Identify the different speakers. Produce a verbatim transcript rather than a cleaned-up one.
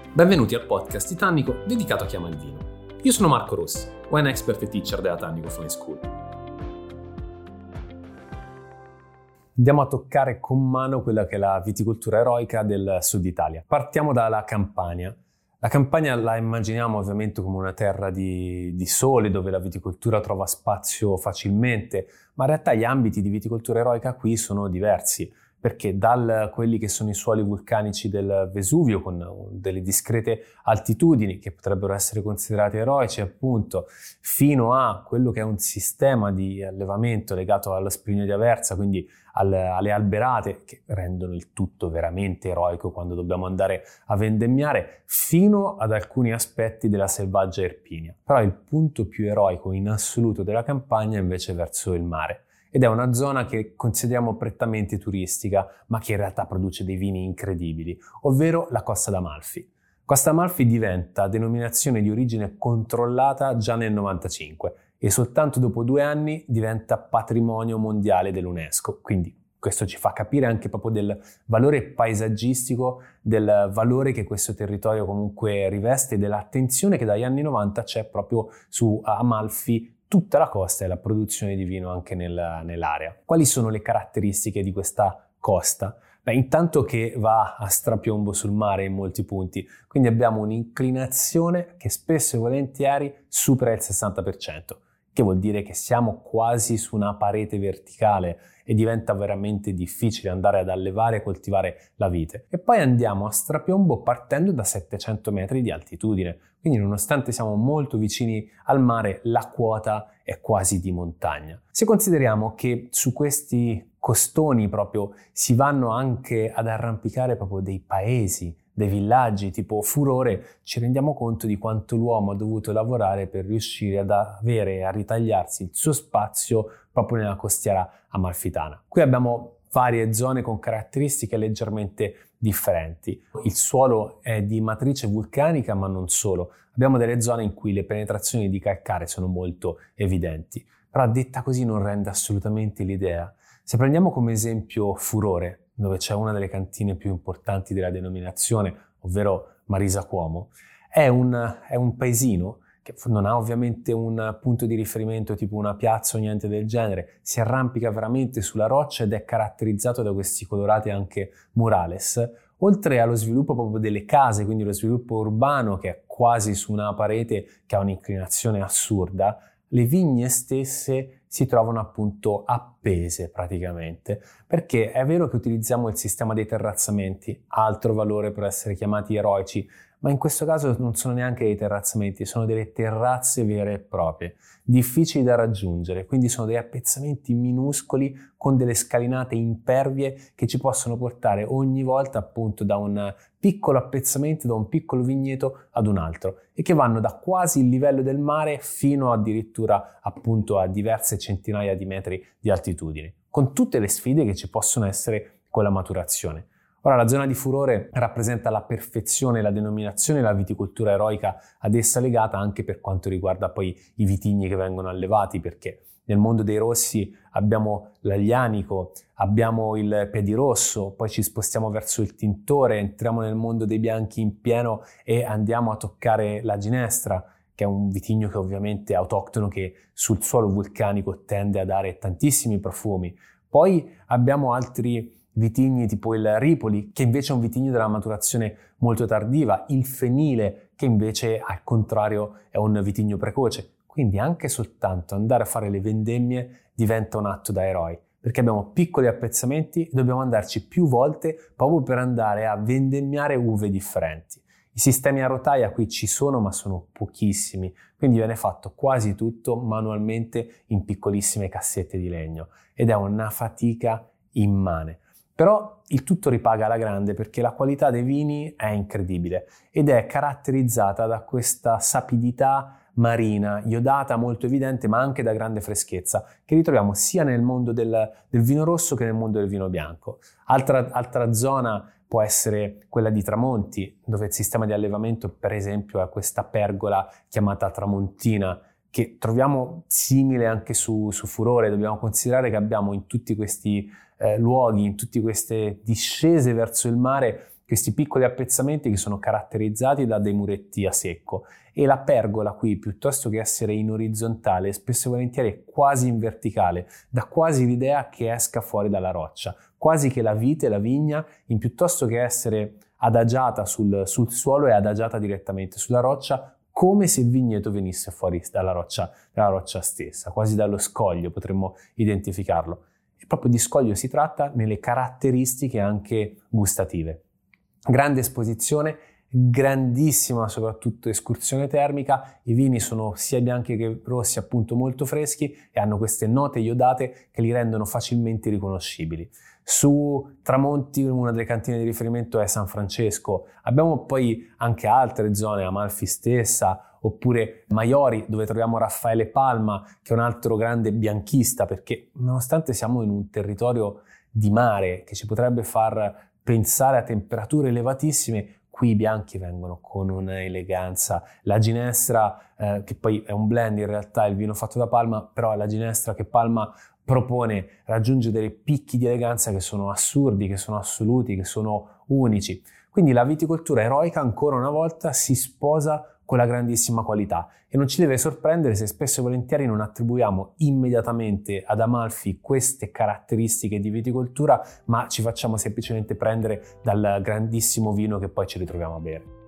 Speaker 1: Benvenuti al podcast Titanico dedicato a chi ama il vino. Io sono Marco Rossi, wine expert e teacher della Tannico Fine School. Andiamo a toccare con mano quella che è la viticoltura eroica del sud Italia. Partiamo dalla Campania. La Campania la immaginiamo ovviamente come una terra di, di sole, dove la viticoltura trova spazio facilmente, ma in realtà gli ambiti di viticoltura eroica qui sono diversi, perché da quelli che sono i suoli vulcanici del Vesuvio, con delle discrete altitudini che potrebbero essere considerati eroici appunto, fino a quello che è un sistema di allevamento legato allo Sprignio di Aversa, quindi al, alle alberate, che rendono il tutto veramente eroico quando dobbiamo andare a vendemmiare, fino ad alcuni aspetti della selvaggia Irpinia. Però il punto più eroico in assoluto della Campania è invece verso il mare. Ed è una zona che consideriamo prettamente turistica, ma che in realtà produce dei vini incredibili, ovvero la Costa d'Amalfi. Costa d'Amalfi diventa denominazione di origine controllata già nel novantacinque e soltanto dopo due anni diventa patrimonio mondiale dell'UNESCO. Quindi questo ci fa capire anche proprio del valore paesaggistico, del valore che questo territorio comunque riveste e dell'attenzione che dagli anni novanta c'è proprio su Amalfi, tutta la costa e la produzione di vino anche nel, nell'area. Quali sono le caratteristiche di questa costa? Beh, intanto che va a strapiombo sul mare in molti punti, quindi abbiamo un'inclinazione che spesso e volentieri supera il sessanta per cento, che vuol dire che siamo quasi su una parete verticale e diventa veramente difficile andare ad allevare e coltivare la vite. E poi andiamo a strapiombo partendo da settecento metri di altitudine, quindi nonostante siamo molto vicini al mare, la quota è quasi di montagna. Se consideriamo che su questi costoni proprio si vanno anche ad arrampicare proprio dei paesi, dei villaggi tipo Furore, ci rendiamo conto di quanto l'uomo ha dovuto lavorare per riuscire ad avere e a ritagliarsi il suo spazio proprio nella costiera amalfitana. Qui abbiamo varie zone con caratteristiche leggermente differenti. Il suolo è di matrice vulcanica, ma non solo. Abbiamo delle zone in cui le penetrazioni di calcare sono molto evidenti, però detta così non rende assolutamente l'idea. Se prendiamo come esempio Furore, dove c'è una delle cantine più importanti della denominazione, ovvero Marisa Cuomo, è un, è un paesino che non ha ovviamente un punto di riferimento tipo una piazza o niente del genere, si arrampica veramente sulla roccia ed è caratterizzato da questi colorati anche murales, oltre allo sviluppo proprio delle case, quindi lo sviluppo urbano che è quasi su una parete che ha un'inclinazione assurda. Le vigne stesse si trovano appunto appese praticamente, perché è vero che utilizziamo il sistema dei terrazzamenti, altro valore per essere chiamati eroici, ma in questo caso non sono neanche dei terrazzamenti, sono delle terrazze vere e proprie, difficili da raggiungere, quindi sono degli appezzamenti minuscoli con delle scalinate impervie che ci possono portare ogni volta appunto da un piccolo appezzamento, da un piccolo vigneto ad un altro e che vanno da quasi il livello del mare fino addirittura appunto a diverse centinaia di metri di altitudine, con tutte le sfide che ci possono essere con la maturazione. Ora, la zona di Furore rappresenta la perfezione, la denominazione e la viticoltura eroica ad essa legata anche per quanto riguarda poi i vitigni che vengono allevati, perché nel mondo dei rossi abbiamo l'aglianico, abbiamo il piedirosso, poi ci spostiamo verso il tintore, entriamo nel mondo dei bianchi in pieno e andiamo a toccare la ginestra, che è un vitigno che ovviamente è autoctono, che sul suolo vulcanico tende a dare tantissimi profumi. Poi abbiamo altri vitigni tipo il Ripoli, che invece è un vitigno della maturazione molto tardiva, il Fenile, che invece al contrario è un vitigno precoce. Quindi anche soltanto andare a fare le vendemmie diventa un atto da eroi, perché abbiamo piccoli appezzamenti e dobbiamo andarci più volte proprio per andare a vendemmiare uve differenti. I sistemi a rotaia qui ci sono, ma sono pochissimi, quindi viene fatto quasi tutto manualmente in piccolissime cassette di legno ed è una fatica immane. Però il tutto ripaga alla grande perché la qualità dei vini è incredibile ed è caratterizzata da questa sapidità marina, iodata molto evidente, ma anche da grande freschezza, che ritroviamo sia nel mondo del, del vino rosso che nel mondo del vino bianco. Altra, altra zona può essere quella di Tramonti, dove il sistema di allevamento, per esempio, è questa pergola chiamata Tramontina, che troviamo simile anche su, su Furore. Dobbiamo considerare che abbiamo in tutti questi eh, luoghi, in tutte queste discese verso il mare, questi piccoli appezzamenti che sono caratterizzati da dei muretti a secco, e la pergola qui, piuttosto che essere in orizzontale, spesso e volentieri è quasi in verticale, dà quasi l'idea che esca fuori dalla roccia, quasi che la vite, la vigna, in piuttosto che essere adagiata sul, sul suolo, è adagiata direttamente sulla roccia, come se il vigneto venisse fuori dalla roccia, dalla roccia stessa, quasi dallo scoglio potremmo identificarlo. E proprio di scoglio si tratta nelle caratteristiche anche gustative. Grande esposizione, grandissima soprattutto escursione termica, i vini sono sia bianchi che rossi appunto molto freschi e hanno queste note iodate che li rendono facilmente riconoscibili. Su Tramonti, una delle cantine di riferimento è San Francesco, abbiamo poi anche altre zone, Amalfi stessa, oppure Maiori, dove troviamo Raffaele Palma, che è un altro grande bianchista, perché nonostante siamo in un territorio di mare che ci potrebbe far pensare a temperature elevatissime, qui i bianchi vengono con una eleganza. La ginestra, eh, che poi è un blend in realtà, il vino fatto da Palma, però la ginestra che Palma propone raggiunge dei picchi di eleganza che sono assurdi, che sono assoluti, che sono unici. Quindi la viticoltura eroica ancora una volta si sposa con la grandissima qualità e non ci deve sorprendere se spesso e volentieri non attribuiamo immediatamente ad Amalfi queste caratteristiche di viticoltura, ma ci facciamo semplicemente prendere dal grandissimo vino che poi ci ritroviamo a bere.